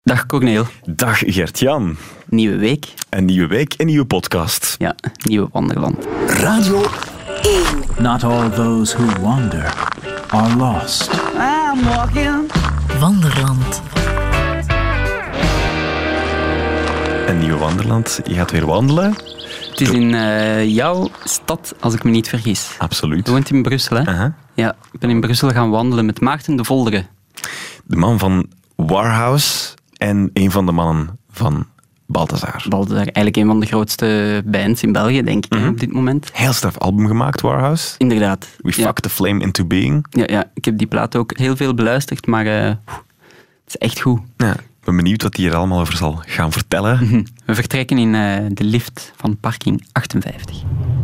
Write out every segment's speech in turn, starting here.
Dag Corneel. Dag Gert-Jan. Nieuwe week. Een nieuwe week, een nieuwe podcast. Ja, nieuwe Wanderland. Radio 1. Not all those who wander are lost. I'm walking. Wanderland. Een nieuwe Wanderland. Je gaat weer wandelen. Het is in jouw stad, als ik me niet vergis. Absoluut. Je woont in Brussel, hè? Uh-huh. Ja, ik ben in Brussel gaan wandelen met Maarten de Voldere. De man van Warhouse en een van de mannen van Balthazar. Balthazar, eigenlijk een van de grootste bands in België, denk ik, op dit moment. Heel straf album gemaakt, Warhouse. Inderdaad. We Fucked the Flame into Being. Ja, ik heb die plaat ook heel veel beluisterd, maar het is echt goed. Ja, ik ben benieuwd wat hij er allemaal over zal gaan vertellen. We vertrekken in de lift van parking 58.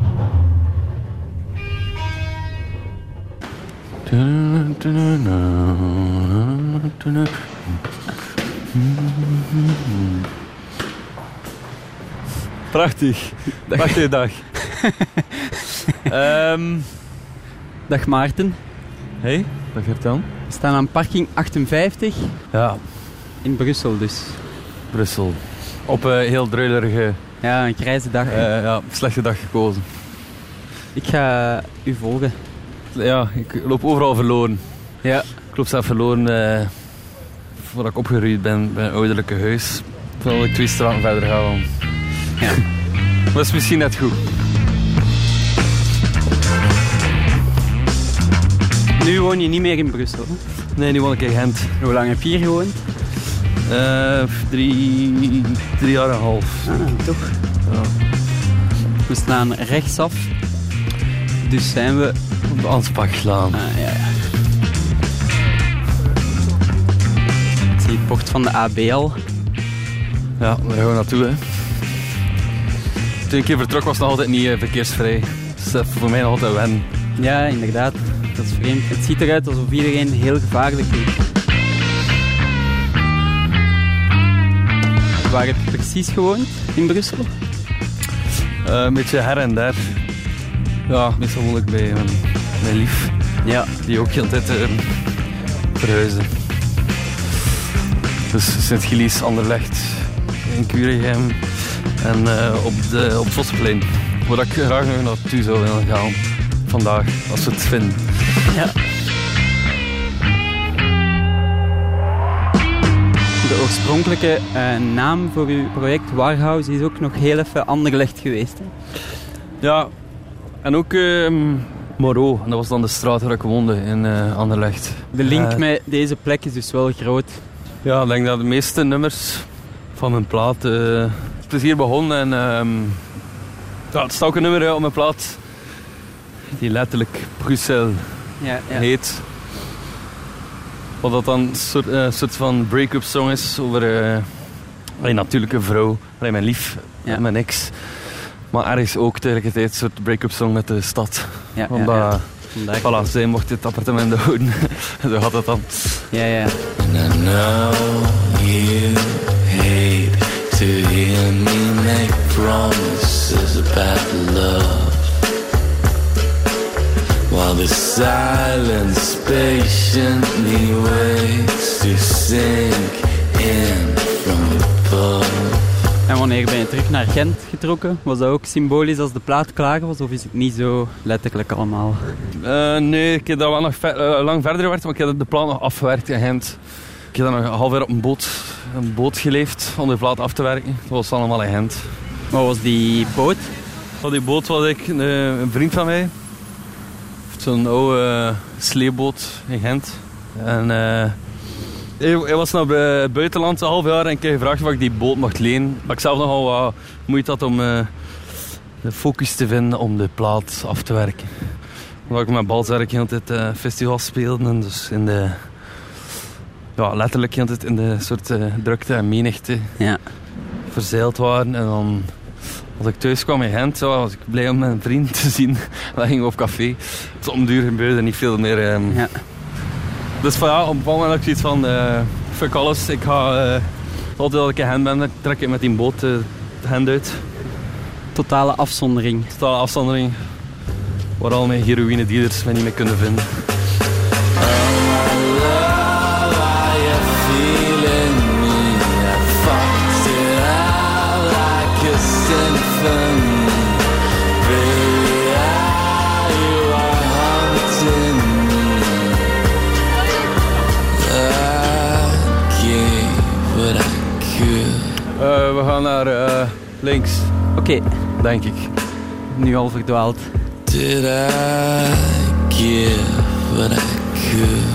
Prachtig. Prachtige dag. Dag Maarten. Hey, dag Gert-Jan. We staan aan parking 58 Ja, in Brussel dus. Brussel. Op een heel dreulerige, Ja, een grijze dag. slechte dag gekozen. Ik ga u volgen. Ja, ik loop overal verloren. Ja. Ik loop zelf verloren voordat ik opgegroeid ben bij een ouderlijke huis. Terwijl ik 2 straten verder ga. Ja. Dat is misschien net goed. Nu woon je niet meer in Brussel. Hè? Nee, nu woon ik in Gent. Hoe lang heb je hier gewoond? 3 jaar en een half. Ah, toch. Ja. We staan rechtsaf. Dus zijn we... Op de Anspachlaan. ja. Ik zie het bord van de AB al. Ja, daar gaan we naartoe. Hè. Toen ik hier vertrok was het nog altijd niet verkeersvrij. Dus dat is voor mij nog altijd wennen. Ja, inderdaad. Dat is vreemd. Het ziet eruit alsof iedereen heel gevaarlijk is. Waar heb je precies gewoond in Brussel? Een beetje her en der. Ja, meestal woon ik bij mijn lief. Ja. Die ook heel de tijd verhuizen. Dus Sint-Gilles, Anderlecht, in Kuregem en op Vossenplein. Waar ik graag nog naartoe zou willen gaan vandaag, als we het vinden. Ja. De oorspronkelijke naam voor uw project Warhouse is ook nog heel even Anderlecht geweest. Hè? Ja, en ook Moreau, dat was dan de straat waar ik woonde in Anderlecht. De link met deze plek is dus wel groot. Ja, ik denk dat de meeste nummers van mijn plaat het is hier begonnen en ja, het staat ook een nummer op mijn plaat die letterlijk Bruxelles Ja. heet. Wat dat dan een soort van break-up song is over natuurlijk een vrouw, mijn lief, mijn ex. Maar ergens ook tegelijkertijd een soort break-up song met de stad. Ja. Omdat voilà, zij mocht dit appartement houden. Zo had het dan. Ja. And I know you hate to hear me make promises about love, while the silence patiently waits to sink in from above. En wanneer ben je terug naar Gent getrokken? Was dat ook symbolisch als de plaat klaar was? Of is het niet zo letterlijk allemaal? Nee, ik heb dat wel nog lang verder gewerkt, maar ik heb de plaat nog afgewerkt in Gent. Ik heb dan nog een half jaar op een boot geleefd om de plaat af te werken. Dat was allemaal in Gent. Wat was die boot? Op die boot was ik een vriend van mij. Zo'n oude sleepboot in Gent. En hij was naar het buitenland een half jaar en ik heb gevraagd of ik die boot mocht lenen. Maar ik zelf nogal wat moeite had om de focus te vinden om de plaat af te werken. Omdat ik met Balthazar de hele tijd festivals speelde en dus in de... Ja, letterlijk de hele tijd in de soort drukte en menigte verzeild waren. En dan, als ik thuis kwam in Gent, was ik blij om mijn vriend te zien. Dan gingen we op café. Dus om duur gebeurde niet veel meer. Dus van ja, op een bepaald moment had ik zoiets van... fuck alles, ik ga... altijd als ik in Gent ben, dan trek ik met die boot de Gent uit. Totale afzondering. Totale afzondering. Waar al mijn heroïne dealers mij niet meer kunnen vinden. Oh my love, are you feeling me? We gaan naar links, Oké, denk ik. nu al verdwaald. Did I give what I could?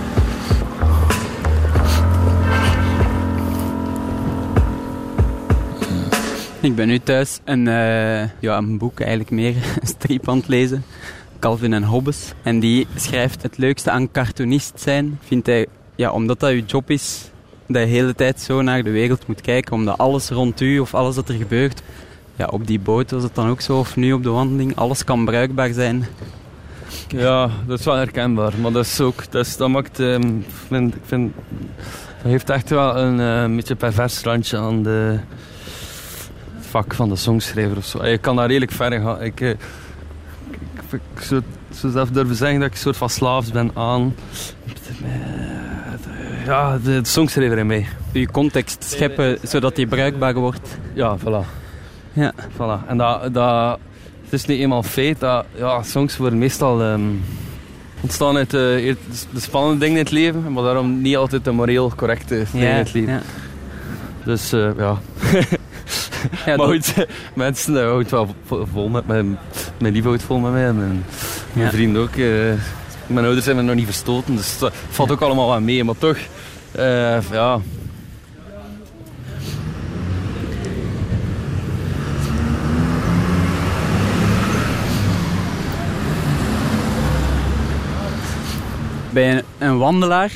Ik ben nu thuis een boek, eigenlijk meer een strip aan het lezen. Calvin en Hobbes. En die schrijft het leukste aan cartoonist zijn, vindt hij, omdat dat je job is, dat je de hele tijd zo naar de wereld moet kijken, omdat alles rond u of alles dat er gebeurt, op die boot was het dan ook zo, of nu op de wandeling, alles kan bruikbaar zijn. Ja, dat is wel herkenbaar, maar dat is ook, dat maakt, ik vind, dat heeft echt wel een beetje pervers randje aan het vak van de songschrijver of zo. Je kan daar redelijk ver gaan. Ik zou zelf durven zeggen dat ik een soort van slaafs ben aan de songschrijver in mij. Je context scheppen, zodat die bruikbaar wordt. Ja, voilà. Ja. Voilà. En het is niet eenmaal feit dat songs worden meestal ontstaan uit de spannende dingen in het leven, maar daarom niet altijd de moreel correcte dingen in het leven. Ja. Dus ja, maar goed, mensen houden wel vol met mij. Mijn lief houdt vol met mij en mijn vriend ook. Mijn ouders zijn me nog niet verstoten, dus dat valt ook allemaal wel mee. Maar toch, ja. Ben je een wandelaar?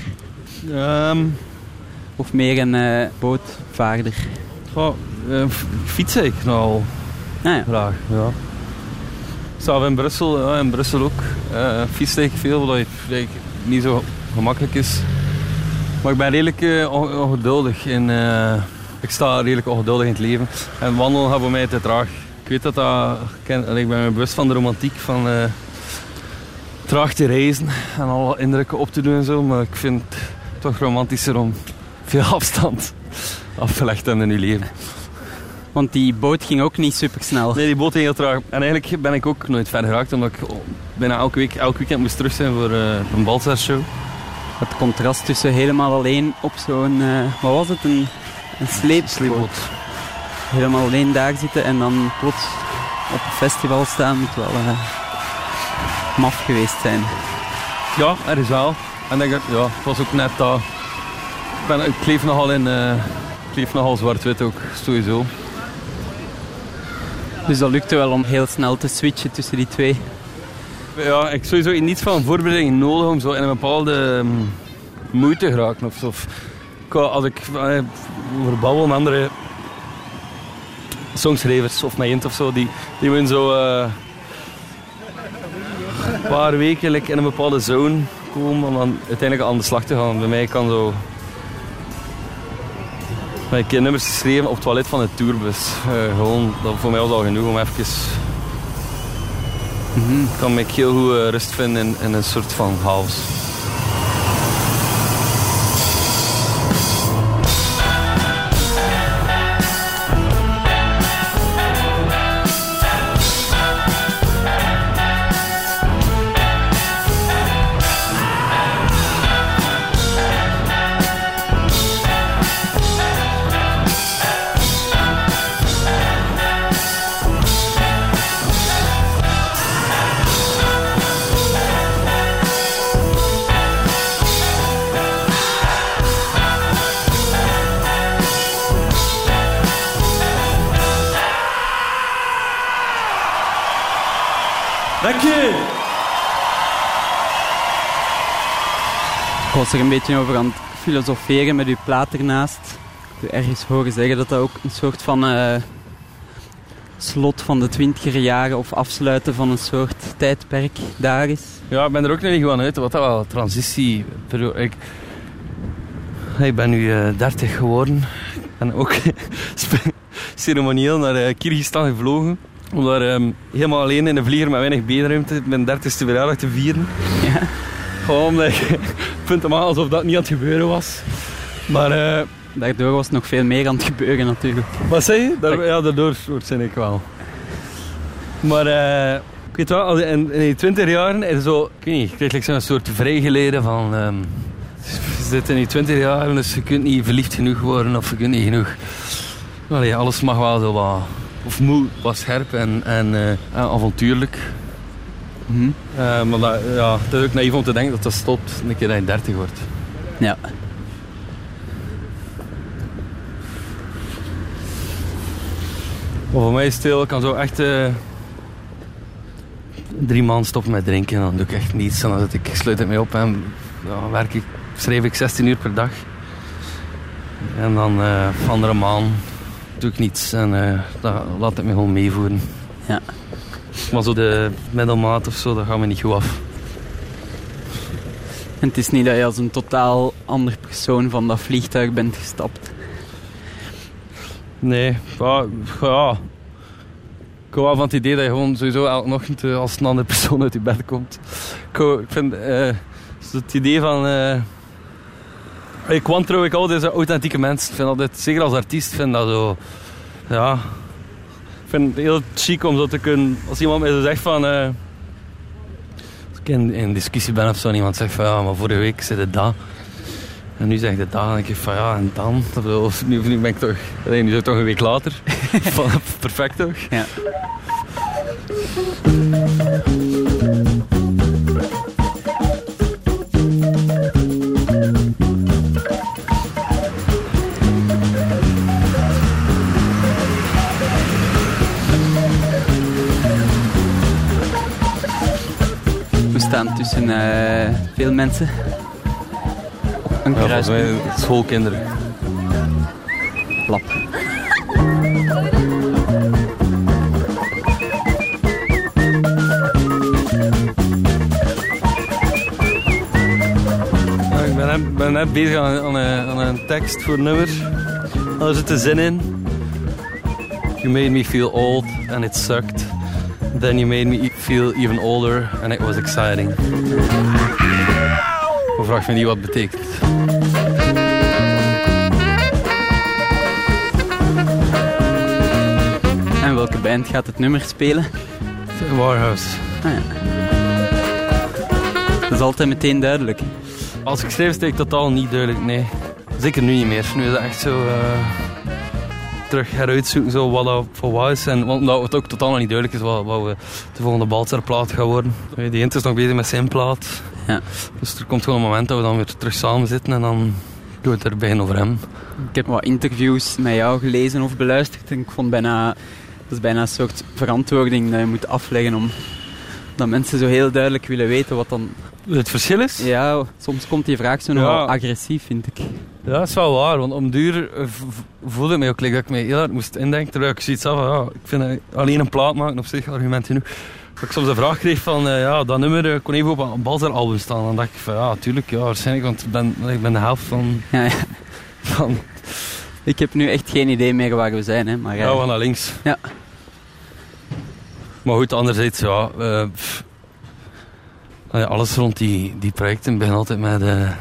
Of meer een bootvaarder? Fietsen ik nogal graag. Ja. Zelf in Brussel ook. Fietsen ik veel, wat niet zo gemakkelijk is. Maar ik ben redelijk ongeduldig. Ik sta redelijk ongeduldig in het leven. En wandelen gaat bij mij te traag. Ik weet ik ben me bewust van de romantiek van traag te reizen en alle indrukken op te doen en zo. Maar ik vind het toch romantischer om veel afstand af te leggen in je leven. Want die boot ging ook niet super snel. Nee, die boot ging heel traag. En eigenlijk ben ik ook nooit verder geraakt, omdat ik bijna elk weekend moest terug zijn voor een Balzaar-show. Het contrast tussen helemaal alleen op zo'n, wat was het, een sleepboot. Helemaal alleen daar zitten en dan plots op een festival staan moet wel maf geweest zijn. Ja, er is wel. En denk ik, het was ook net dat. Ik leef nogal zwart-wit ook, sowieso. Dus dat lukte wel om heel snel te switchen tussen die twee. Ja, ik sowieso niet van voorbereiding nodig om zo in een bepaalde moeite te geraken. Als ik over babbel met andere songschrijvers of met Jint of zo, die moeten zo een paar weken in een bepaalde zone komen om dan uiteindelijk aan de slag te gaan. Bij mij kan zo... Ik heb nummers geschreven op het toilet van de tourbus. Voor mij was al genoeg om even... Ik kan me heel goed rust vinden in een soort van chaos. Dank je! Ik was er een beetje over aan het filosoferen met uw plaat ernaast. Ik heb ergens horen zeggen dat dat ook een soort van slot van de 20er jaren of afsluiten van een soort tijdperk daar is. Ja, ik ben er ook nog niet gewoon uit. Wat dat wel transitie... Ik ben nu 30 geworden. En ook ceremonieel naar Kyrgyzstan gevlogen. Om daar helemaal alleen in de vlieger met weinig beenruimte mijn 30ste verjaardag te vieren. Ja. Gewoon omdat ik vind het maar alsof dat niet aan het gebeuren was. Maar... daardoor was het nog veel meer aan het gebeuren natuurlijk. Wat zei je? Daardoor zijn ik wel. Maar ik weet wel, in die 20 jaren is zo... Ik weet niet, ik kreeg zo'n soort vrijgeleide van... je zit in die 20 jaren, dus je kunt niet verliefd genoeg worden of je kunt niet genoeg Allee, alles mag wel zo wat... Of moet wat scherp en avontuurlijk. Maar dat, ja, het is ook naïef om te denken dat dat stopt een keer dat je 30 wordt. Ja. Maar voor mij is het heel... Ik kan zo echt 3 maanden stoppen met drinken. En dan doe ik echt niets. En dan sluit ik mij op en schrijf ik 16 uur per dag. En dan andere maand doe ik niets. En dat laat ik me gewoon meevoeren. Ja. Maar zo de middelmaat of zo, dat gaat me niet goed af. En het is niet dat je als een totaal ander persoon van dat vliegtuig bent gestapt. Nee, ja. Ik hou wel van het idee dat je gewoon sowieso elke ochtend als een andere persoon uit je bed komt. Ik vind het idee van... Ik wantrouw ik altijd deze authentieke mensen. Ik vind altijd, zeker als artiest, vind dat zo... Ja... Ik vind het heel chic om zo te kunnen... Als iemand mij zo zegt van... als ik in discussie ben of zo en iemand zegt van... Ja, maar vorige week zei het dat. En nu zeg je dat. En dan denk ik van ja, en dan? Nu ben ik toch... Nu is het toch een week later. Perfect toch? Ja. We staan tussen veel mensen. Een kruispunt. Ja, schoolkinderen. Lap. Ik ben net bezig aan een tekst voor een nummer. Daar zit de zin in. You made me feel old and it sucked. Then you made me feel even older and it was exciting. Maar vraag me niet wat het betekent. En welke band gaat het nummer spelen? Warhouse. Ah, ja. Dat is altijd meteen duidelijk. Als ik schrijf is het totaal niet duidelijk, nee. Zeker nu niet meer. Nu is het echt zo terug heruitzoeken zo wat dat voor wat is. En omdat het ook totaal nog niet duidelijk is wat we de volgende Baltzar-plaat gaan worden. Die Int is nog bezig met zijn plaat. Ja. Dus er komt gewoon een moment dat we dan weer terug samen zitten en dan doen we het er beginnen over hem. Ik heb wat interviews met jou gelezen of beluisterd en ik vond dat is bijna een soort verantwoording dat je moet afleggen omdat mensen zo heel duidelijk willen weten wat dan... Het verschil is? Ja, soms komt die vraag zo nogal agressief, vind ik. Ja, dat is wel waar, want om duur voelde ik mij ook dat ik mij heel hard moest indenken, terwijl ik zoiets af van, ik vind alleen een plaat maken op zich argument genoeg. Dat ik soms de vraag kreeg van, dat nummer kon even op een Baltzar-album staan. Dan dacht ik van, ja, tuurlijk, ja, waarschijnlijk, want ik ben de helft van... Ja. van... Ik heb nu echt geen idee meer waar we zijn, hè. Maar, ja, we gaan naar links. Ja. Maar goed, anderzijds, ja... alles rond die projecten begint altijd met...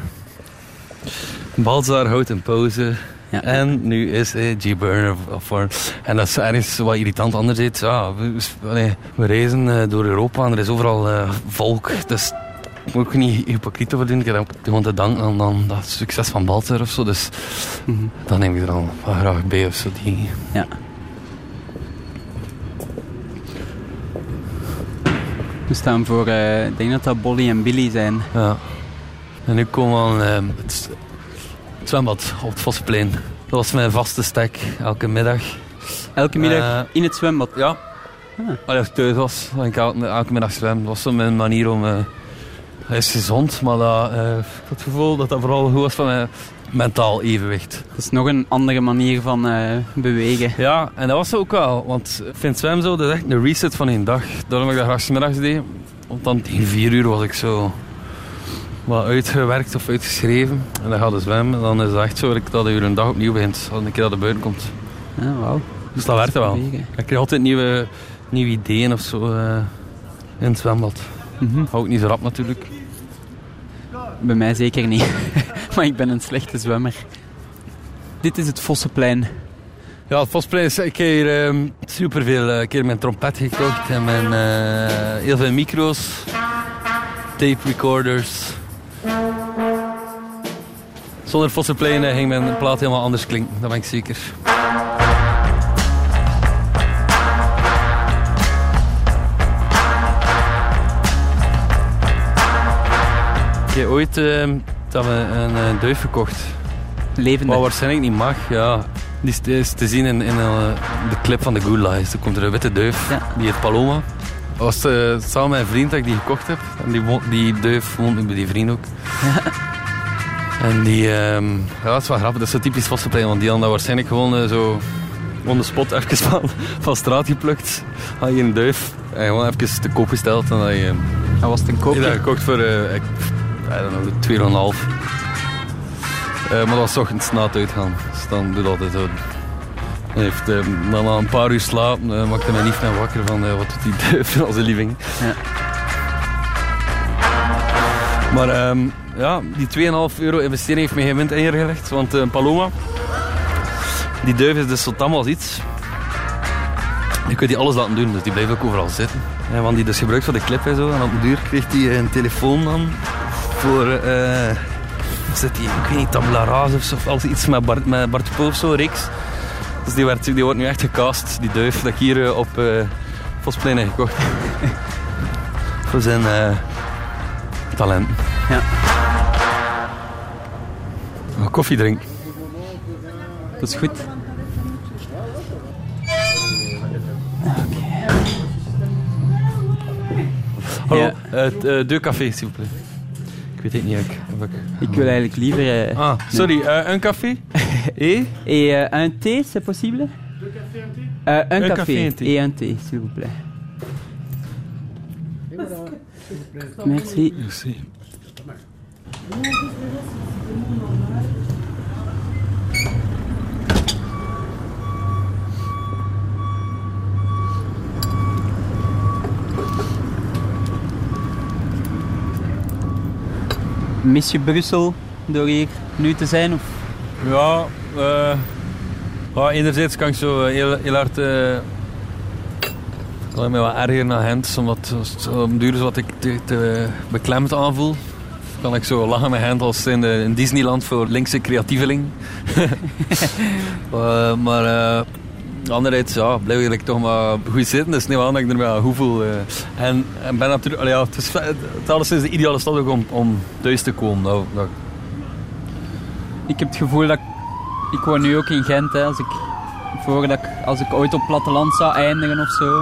Baltzar houdt een pauze. Ja. En nu is G-Burner voor. En dat is ergens wat irritant. Anderzijds, ja, we reizen door Europa en er is overal volk. Dus ik moet ook niet hypocriet over doen. Ik heb ook gewoon te danken aan dat succes van Baltzar of zo. Dus dan neem ik er dan wel graag bij of zo. Ja. We staan voor, ik denk dat Bolly en Billy zijn. Ja. En nu komen we aan het zwembad op het Vossenplein. Dat was mijn vaste stek, elke middag. Elke middag in het zwembad? Ja. Als ik thuis was, dan ik elke middag zwemmen. Dat was zo mijn manier om... Hij is gezond, maar ik had het gevoel dat dat vooral goed was van mijn mentaal evenwicht. Dat is nog een andere manier van bewegen. Ja, en dat was het ook wel. Want ik vind zwemmen zo, dat is echt een reset van een dag. Daarom heb ik dat graag 's middags deed. Want dan tegen 4 uur was ik zo... wat uitgewerkt of uitgeschreven. En dan gaat het zwemmen. En dan is het echt zo dat je een dag opnieuw begint. Als een keer dat de buiten komt. Ja, wauw. Dus dat werkt wel. Ik krijg altijd nieuwe ideeën of zo in het zwembad. Ook niet zo rap natuurlijk. Bij mij zeker niet. Maar ik ben een slechte zwemmer. Dit is het Vossenplein. Ja, het Vossenplein is... Ik heb hier superveel keer mijn trompet gekocht. En heel veel micro's. Tape recorders. Zonder Vossenplein ging mijn plaat helemaal anders klinken. Dat ben ik zeker. Ik heb ooit dat we een duif gekocht. Levende. Wat waarschijnlijk niet mag, ja. Die is te zien in de clip van The Good Lies. Er komt er een witte duif, die heet Paloma. Dat was samen met een vriend dat ik die gekocht heb. En die duif woont nu bij die vriend ook. En die, ja, dat is wel grappig. Dat is zo typisch Vossenplein, want die hadden dat waarschijnlijk gewoon zo on the spot even van straat geplukt. Had je een duif en gewoon even te koop gesteld. En Dat was het een koopje? Ik heb dat gekocht voor, I don't know, 2,5. Maar dat was 's ochtends na het uitgaan. Dus dan doe dat altijd zo. Dan na een paar uur slaap maakte mijn lief mij wakker van wat doet die duif in onze living. Ja. Maar ja, die €2,5 investering heeft mij geen wind ingelegd. Want Paloma, die duif is dus zo tam als iets. Je kunt die alles laten doen, dus die blijft ook overal zitten. Ja, want die dus gebruikt voor de clip en zo. En op de duur kreeg hij een telefoon dan voor... zit die, ik weet niet, tabula rasa of zo, als iets met Bart Pauw of zo, reeks. Dus die wordt nu echt gecast, die duif, dat ik hier op Vosplein heb gekocht. Voor zijn talent. Ja. Koffie drinken. Dat is goed. Hallo, Ja. deux cafés, s'il vous plaît. Ik weet het niet, Ik wil eigenlijk liever... sorry, un café? Et? Et un thé, c'est possible? Un café, un thé. et un thé, s'il vous plaît. Merci. Merci. Mis je Brussel door hier nu te zijn? Of? Ja, enerzijds kan ik zo heel hard me wat erger naar Gent, omdat het op den duur wat ik te beklemd aanvoel. Kan ik zo lachen met Gent als in Disneyland voor linkse creatieveling. Maar anderzijds, ja, blijf ik toch maar goed zitten. Dus niet aan dat ik er maar goed voel. En ben natuurlijk, ja, het is alleszins de ideale stad ook om thuis te komen. Nou. Ik heb het gevoel dat ik woon nu ook in Gent, hè, als ik ooit op platteland zou eindigen of zo.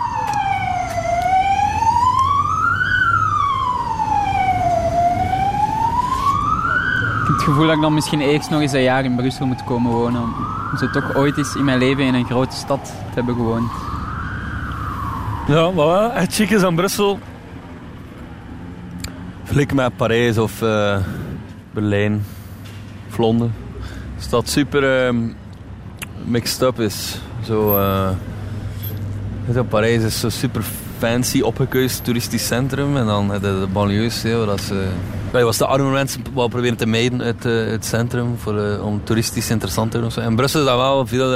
Ik heb het gevoel dat ik dan misschien eerst nog eens een jaar in Brussel moet komen wonen. Om zo toch ooit eens in mijn leven in een grote stad te hebben gewoond. Ja, maar echt chic is aan Brussel. Vergelijk met Parijs of Berlijn of Londen. Dus dat super mixed up is. Parijs is zo super fancy, opgekuist toeristisch centrum. En dan de banlieues, was de arme mensen wel proberen te mijden uit het centrum om toeristisch interessant te worden. En Brussel is dat wel veel,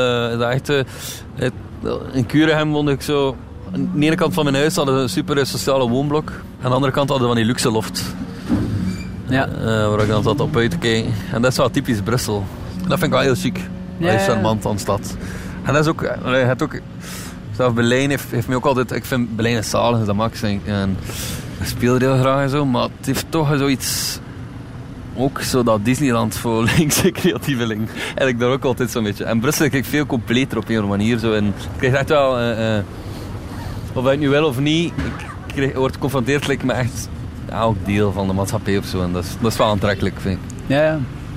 in Kuregem woonde ik zo. Aan de ene kant van mijn huis hadden we een super sociale woonblok. Aan de andere kant hadden we van die luxe loft. Ja. Waar ik dan zat op uit te kijken. En dat is wel typisch Brussel. Dat vind ik wel heel chic. Ja. Dat is charmant aan de stad. En dat is ook... Zelfs Berlijn heeft me ook altijd... Ik vind Berlijn een zalig, dus dat maakt en ik speel er heel graag en zo. Maar het heeft toch zoiets... Ook zo dat Disneyland voor linkse creatieveling. Eigenlijk daar ook altijd zo'n beetje. En Brussel krijg ik veel completer op een manier. Zo. En ik krijg echt wel... of ik het nu wil of niet... Ik word geconfronteerd met echt... elk deel van de maatschappij of zo. En dat is wel aantrekkelijk, vind ik. Ja.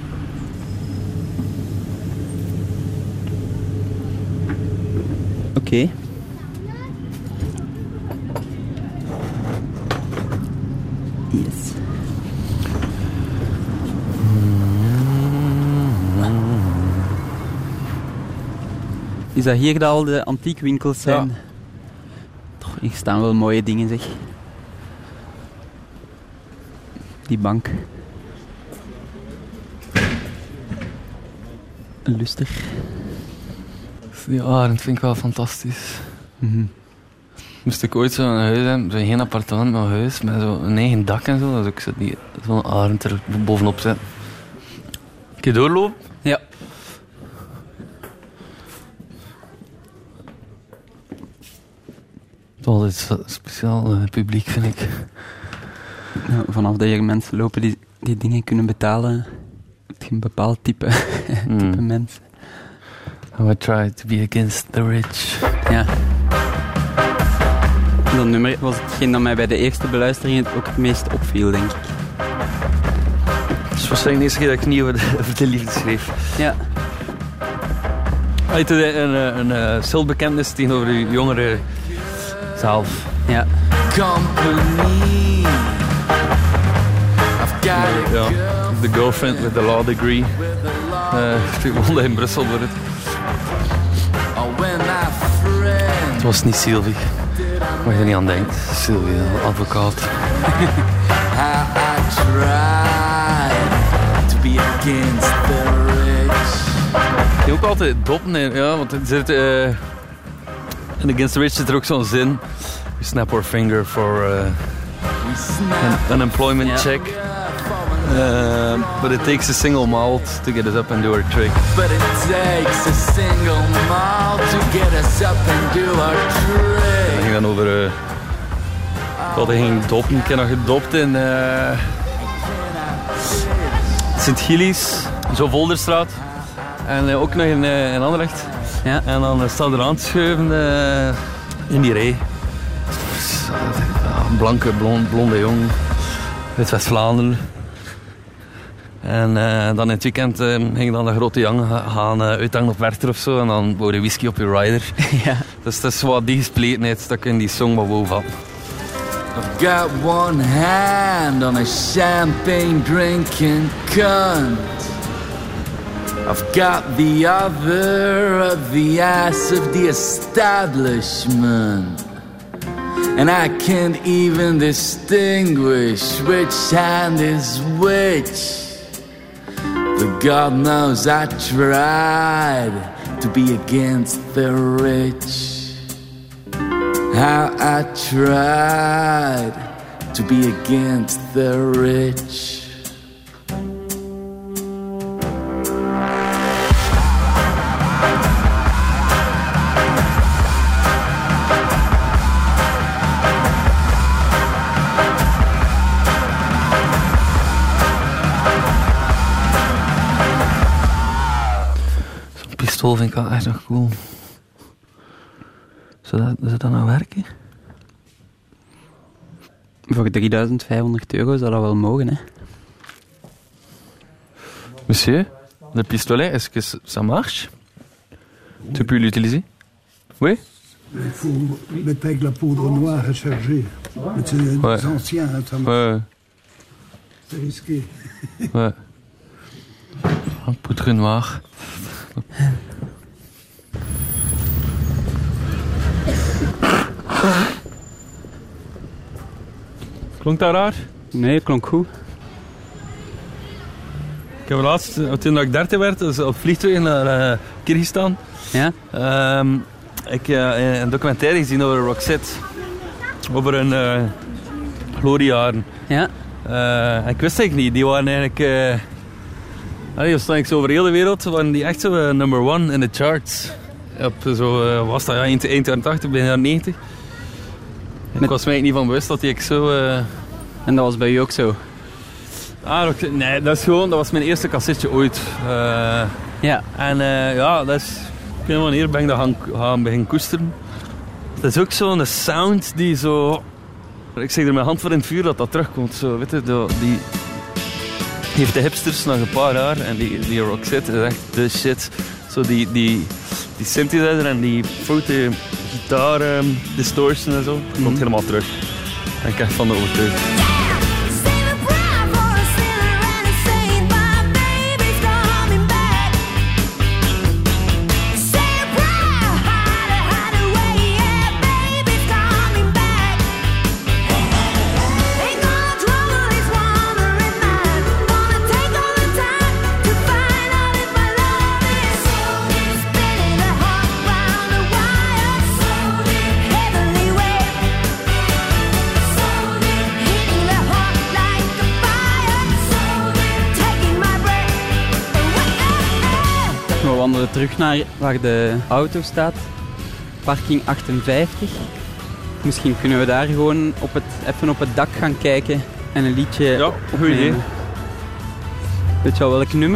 Oké. Yes. Is dat hier dat al de antiekwinkels zijn? Ja. Toch, hier staan wel mooie dingen, zeg. Die bank. Een luster. Die arend vind ik wel fantastisch. Mm-hmm. Moest ik ooit zo'n huis hebben, geen appartement, maar een huis met zo'n eigen dak en zo, dus ik zo'n arend er bovenop zetten. Kun je doorlopen? Ja. Toch altijd speciaal publiek, vind ik. Ja, vanaf dat hier mensen lopen die dingen kunnen betalen, heb je een bepaald type mens. I try to be against the rich. Ja. Dat nummer was hetgeen dat mij bij de eerste beluistering ook het meest opviel, denk ik. Het is waarschijnlijk de eerste keer dat ik niet over de liefde schreef. Ja. Het is een stilbekentenis tegenover de jongeren zelf. Ja. Company. I've got Ja, the girlfriend with the law degree. Ik woonde in Brussel voor het. Het was niet Sylvie. Waar je er niet aan denkt. Sylvie, advocaat. How I tried to be against the rich. Je moet ook altijd doppen, ja, want er zit, in Against the Rich zit er ook zo'n zin. We snap our finger for an employment check. But it takes a single malt to get us up and do our trick. But it takes a single malt to get us up and do our trick. Dat ging dan over dat hij ging doppen. Ik heb nog gedopt in Sint-Gilles, zo Volderstraat. En ook nog in Anderlecht. Ja. En dan staat er aan te schuiven in die rij. Een blanke, blonde jong uit West-Vlaanderen. En dan in het weekend ging dan de grote jongen gaan uithangen op Werchter of zo. En dan wou je whisky op je rider. Ja. Dus dat is wat die gespletenheid dat ik in die song wat wou vatten. I've got one hand on a champagne drinking cunt. I've got the other of the ass of the establishment. And I can't even distinguish which hand is which. But God knows I tried to be against the rich. How I tried to be against the rich. Pistool vind ik wel echt nog cool. Zou dat nou werken? Voor €3.500 zou dat wel mogen, hè? Monsieur, le pistolet, est-ce que ça marche? Tu peux l'utiliser? Oui? Il faut mettre avec la poudre noire à charger. C'est des anciens, hein, ça Ouais. c'est risqué. Ouais. Poudre noire. Klonk dat raar? Nee, klonk goed. Ik heb laatst, toen ik 30 werd, dus op vliegtuig naar Kyrgyzstan. Ja? Ik heb een documentaire gezien over Roxette. Over hun gloriejaren. Ja? Ik wist eigenlijk niet, die waren eigenlijk... die staan eigenlijk zo over de hele wereld, waren die echt zo number one in de charts. Op zo, was dat eind 80, begin jaren 90. Ik was mij niet van bewust dat die zo... En dat was bij u ook zo? Nee, dat was mijn eerste cassetje ooit. Ja. En ja, dat is... Op een manier ben ik dat gaan beginnen koesteren. Dat is ook zo'n sound die zo... Ik zeg er mijn hand voor in het vuur dat terugkomt. Zo, weet je, die heeft de hipsters nog een paar jaar en die Roxette is echt de shit. Zo die synthesizer en die foute gitaar distortion en zo, komt helemaal terug. En ik echt van de overtuigd. We wandelen terug naar waar de auto staat. Parking 58. Misschien kunnen we daar gewoon even op het dak gaan kijken En een liedje... Ja, goed idee. opnemen. Weet je al welk nummer?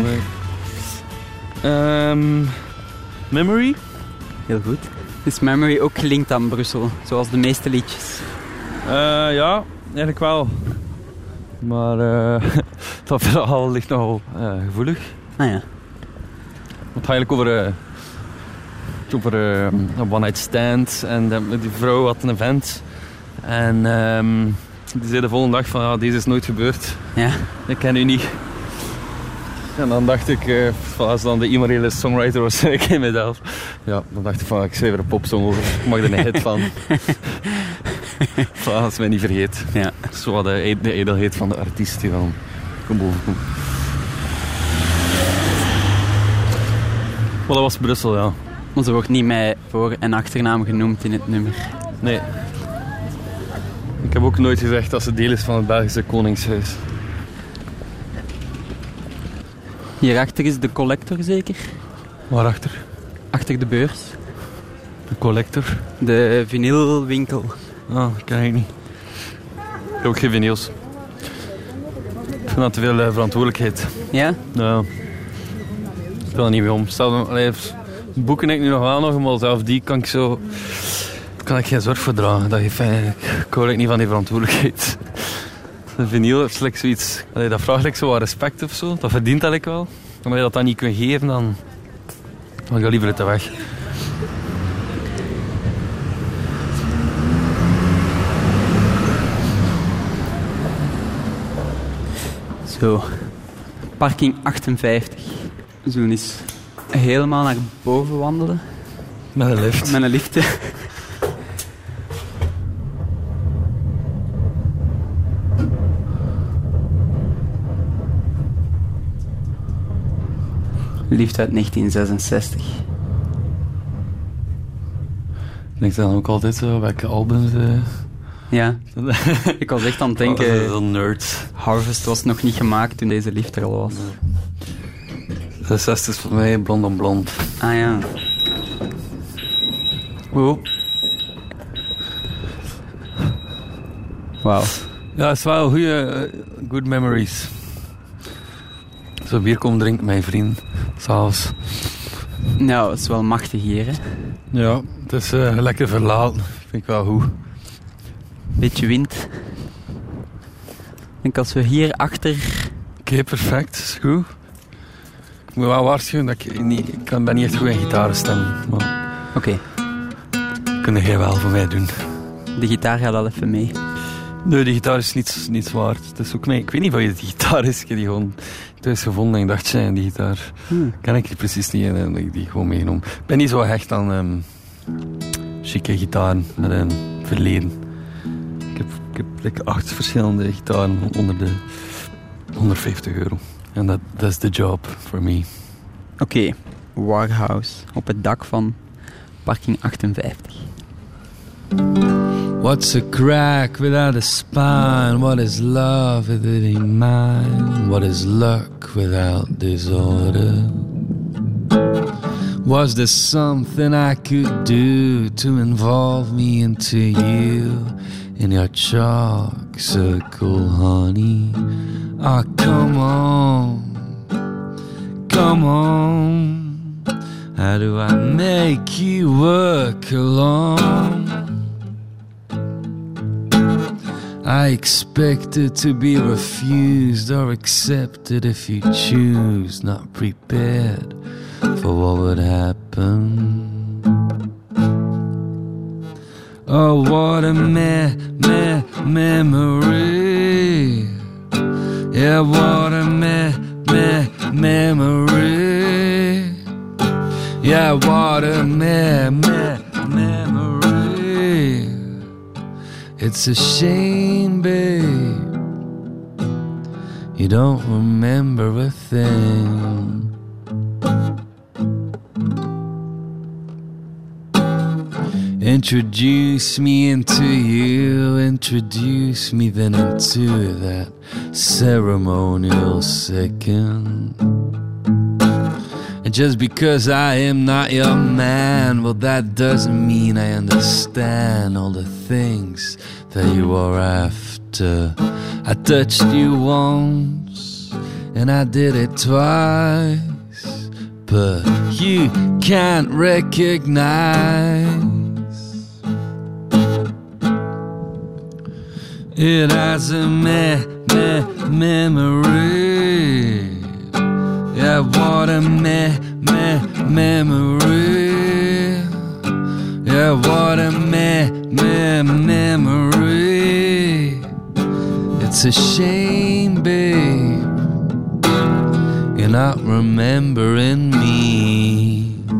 Memory? Heel goed. Is Memory ook gelinkt aan Brussel, zoals de meeste liedjes? Ja, eigenlijk wel. Maar dat verhaal ligt nogal gevoelig. Ah ja. Het gaat eigenlijk over een one-night stand. En die vrouw had een event. En die zei de volgende dag van, ja, deze is nooit gebeurd. Ja. Ik ken u niet. En dan dacht ik, als dan de immorele songwriter was, ik in mezelf. Ja, dan dacht ik van, ik schrijf er een popsong over. Ik mag er een hit van. Als ik mij niet vergeet. Ja. Zo wat de edelheid van de artiest die dan boven komt. Maar dat was Brussel, ja. Maar ze wordt niet met voor- en achternaam genoemd in het nummer. Nee. Ik heb ook nooit gezegd dat ze deel is van het Belgische Koningshuis. Hierachter is de Collector zeker? Waarachter? Achter de beurs. De Collector? De vinylwinkel. Ah, dat ken ik niet. Ik heb ook geen vinyls. Ik vind dat te veel verantwoordelijkheid. Ja? Ja. Ik wil er niet mee om. Stel, boeken heb ik nu nog wel nog, maar zelf die kan ik zo... kan ik geen zorg voor dragen. Dat geeft eigenlijk... Ik hou niet van die verantwoordelijkheid. Een vinyl is like zoiets... dat vraagt like zo wat respect of zo. Dat verdient dat wel. En als je dat dan niet kunt geven, dan ga ik liever uit de weg. Zo. Parking 58. We zullen eens helemaal naar boven wandelen. Met een lift. Met een lift. Lift uit 1966. Ik denk dan ook altijd zo, welke albums... Ja, ik was echt aan het denken... Zo'n nerd. Harvest was nog niet gemaakt toen deze lift er al was. 66 is voor mij Blond on Blond. Ah ja. Oh. Wauw. Ja, het is wel goede good memories. Zo bier komen drinken met mijn vriend, s'avonds. Nou, het is wel machtig hier, hè. Ja, het is lekker verlaten. Vind ik wel goed. Beetje wind. Ik denk als we hier achter... Oké, perfect. Is goed. Ik moet wel waarschuwen dat ik ben niet echt goed in gitaarstem. Maar Oké. kun jij wel voor mij doen. De gitaar gaat al even mee. Nee, die gitaar is niet zwaar. Het is ook mee. Ik weet niet wat die gitaar is. Ik heb die gewoon thuis gevonden en ik dacht, die gitaar ken ik precies niet. En heb ik die gewoon meegenomen. Ik ben niet zo hecht aan chique gitaren met een verleden. Ik heb 8 verschillende gitaren onder de €150. En dat is the job for me. Oké. Warhouse. Op het dak van parking 58. What's a crack without a spine? What is love if it ain't mine? What is luck without disorder? Was there something I could do to involve me into you in your chalk circle, honey? Ah, come on, come on. How do I make you work alone? I expected to be refused or accepted if you choose, not prepared for what would happen. Oh, what a memory. Yeah, what a memory. Yeah, what a memory. It's a shame, babe, you don't remember a thing. Introduce me into you, introduce me then into that ceremonial second. And just because I am not your man, well, that doesn't mean I understand all the things that you are after. after. I touched you once and I did it twice, but you can't recognize. It has a memory. Yeah, what a memory. Yeah, what a memory. It's a shame, babe, you're not remembering me.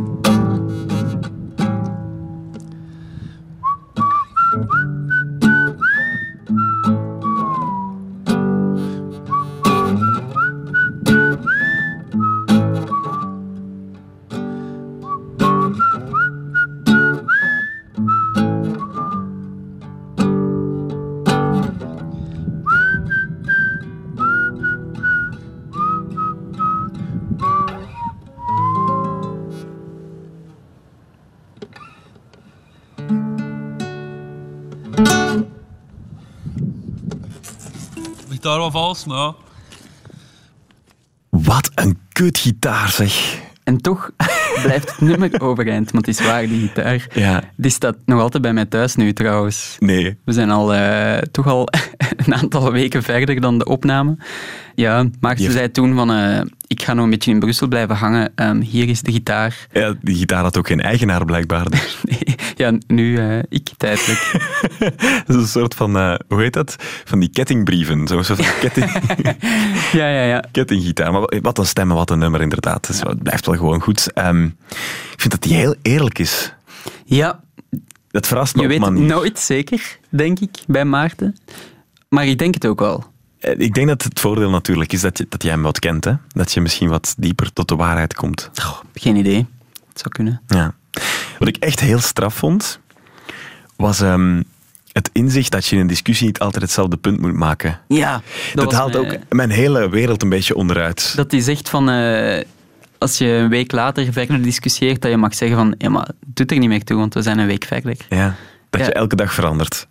Gitaar wel vals, maar... Wat een kutgitaar, zeg. En toch blijft het nummer overeind, want het is waar, die gitaar. Ja. Die staat nog altijd bij mij thuis nu, trouwens. Nee. We zijn toch al een aantal weken verder dan de opname. Ja, Maarten zei toen van... ik ga nog een beetje in Brussel blijven hangen. Hier is de gitaar. Ja, die gitaar had ook geen eigenaar, blijkbaar. Dus. Nee, ja, nu ik tijdelijk. Dat is een soort van... hoe heet dat? Van die kettingbrieven. Zo'n soort van Ja. kettinggitaar. Maar wat een stem, wat een nummer, inderdaad. Dus het blijft wel gewoon goed. Ik vind dat die heel eerlijk is. Ja. Dat verrast me Je op weet manier. nooit zeker, denk ik, bij Maarten. Maar ik denk het ook wel. Ik denk dat het voordeel natuurlijk is dat jij hem wat kent. Hè? Dat je misschien wat dieper tot de waarheid komt. Geen idee. Het zou kunnen. Ja. Wat ik echt heel straf vond, was het inzicht dat je in een discussie niet altijd hetzelfde punt moet maken. Ja. Dat haalt ook mijn hele wereld een beetje onderuit. Dat hij zegt van... als je een week later verder discussieert, dat je mag zeggen van... Ja, maar het doet er niet meer toe, want we zijn een week verder. Ja, dat je elke dag verandert.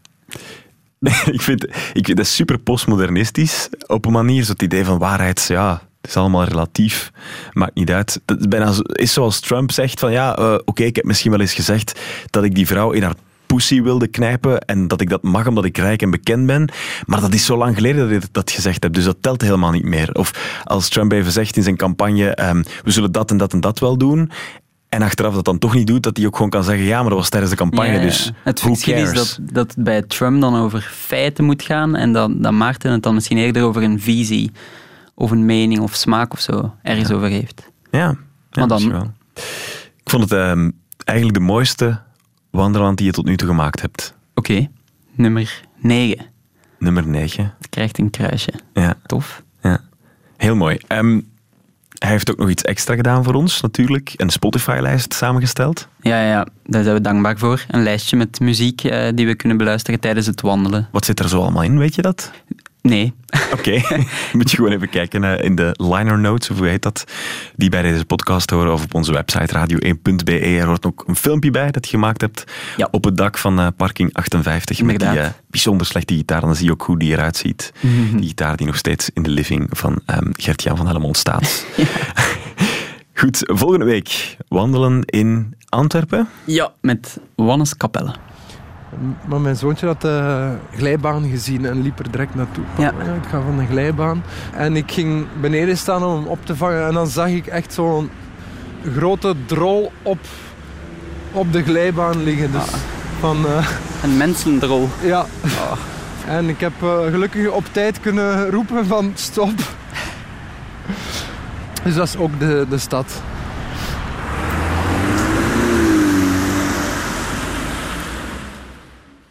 Ik vind dat super postmodernistisch op een manier. Zo het idee van waarheid, ja, het is allemaal relatief. Maakt niet uit. Dat is zoals Trump zegt van ja, oké, ik heb misschien wel eens gezegd dat ik die vrouw in haar pussy wilde knijpen en dat ik dat mag omdat ik rijk en bekend ben. Maar dat is zo lang geleden dat ik dat gezegd heb, dus dat telt helemaal niet meer. Of als Trump even zegt in zijn campagne, we zullen dat en dat en dat wel doen. En achteraf dat dan toch niet doet, dat hij ook gewoon kan zeggen, ja, maar dat was tijdens de campagne, Ja. dus het who verschil cares? is dat het bij Trump dan over feiten moet gaan en dat Maarten het dan misschien eerder over een visie of een mening of smaak of zo ergens over heeft. Ja, Maar dan... misschien wel. Ik vond het eigenlijk de mooiste wandelland die je tot nu toe gemaakt hebt. Oké, nummer 9. Nummer 9. Het krijgt een kruisje. Ja. Tof. Ja. Heel mooi. Hij heeft ook nog iets extra gedaan voor ons, natuurlijk. Een Spotify-lijst samengesteld. Ja, daar zijn we dankbaar voor. Een lijstje met muziek die we kunnen beluisteren tijdens het wandelen. Wat zit er zo allemaal in, weet je dat? Nee. Oké. Moet je gewoon even kijken in de liner notes, of hoe heet dat, die bij deze podcast horen, of op onze website radio1.be. Er hoort ook een filmpje bij dat je gemaakt hebt op het dak van parking 58. Inderdaad. Met die bijzonder slechte gitaar. Dan zie je ook hoe die eruit ziet. Die gitaar die nog steeds in de living van Gert-Jan van Helmond staat. Ja. Goed, volgende week wandelen in Antwerpen. Ja, met Wannes Capelle. Maar mijn zoontje had de glijbaan gezien en liep er direct naartoe. Ja. Ik ga van de glijbaan. En ik ging beneden staan om hem op te vangen. En dan zag ik echt zo'n grote drol op de glijbaan liggen. Dus een mensendrol. Ja. En ik heb gelukkig op tijd kunnen roepen van stop. Dus dat is ook de stad.